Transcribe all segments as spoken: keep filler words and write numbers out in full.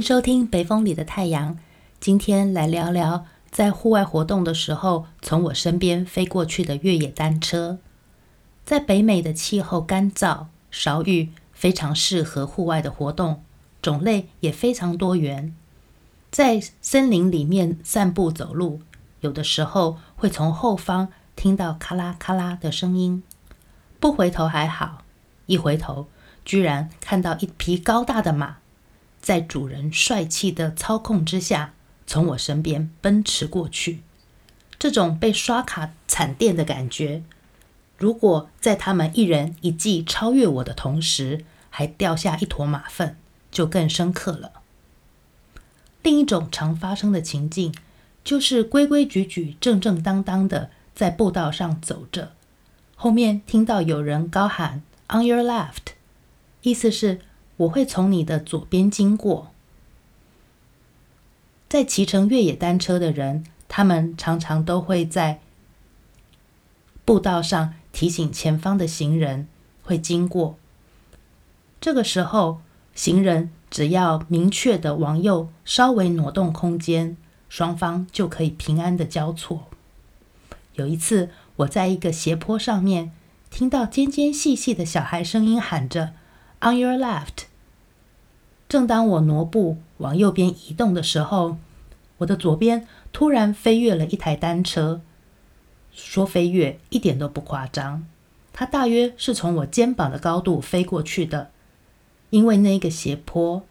迎收听北风里的太阳。今天来聊聊在户外活动的时候从我身边飞过去的越野单车。在北美的气候干燥少雨，非常适合户外的活动，种类也非常多元。在森林里面散步走路，有的时候会从后方听到咔啦咔啦的声音，不回头还好，一回头居然看到一匹高大的马在主人帅气的操控之下从我身边奔驰过去。这种被刷卡惨电的感觉，如果在他们一人一骑超越我的同时还掉下一坨马粪，就更深刻了。另一种常发生的情境，就是规规矩矩正正当当的在步道上走着，后面听到有人高喊 On your left， 意思是我会从你的左边经过。在骑乘越野单车的人，他们常常都会在步道上提醒前方的行人会经过。这个时候，行人只要明确的往右稍微挪动空间，双方就可以平安的交错。有一次，我在一个斜坡上面听到尖尖细细的小孩声音喊着 On your left。正当我挪步往右边移动的时候，我的左边突然飞跃了一台单车。说飞跃一点都不夸张，它大约是从我肩膀的高度飞过去的。因为那个斜坡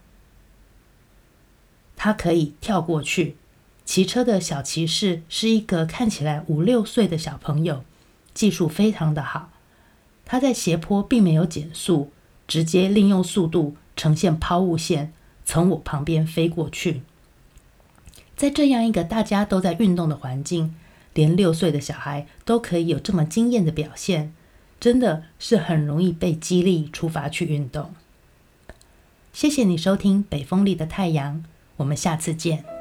它可以跳过去。骑车的小骑士是一个看起来五六岁的小朋友，技术非常的好。他在斜坡并没有减速，直接利用速度呈现抛物线，从我旁边飞过去。在这样一个大家都在运动的环境，连六岁的小孩都可以有这么惊艳的表现，真的是很容易被激励出发去运动。谢谢你收听北风里的太阳，我们下次见。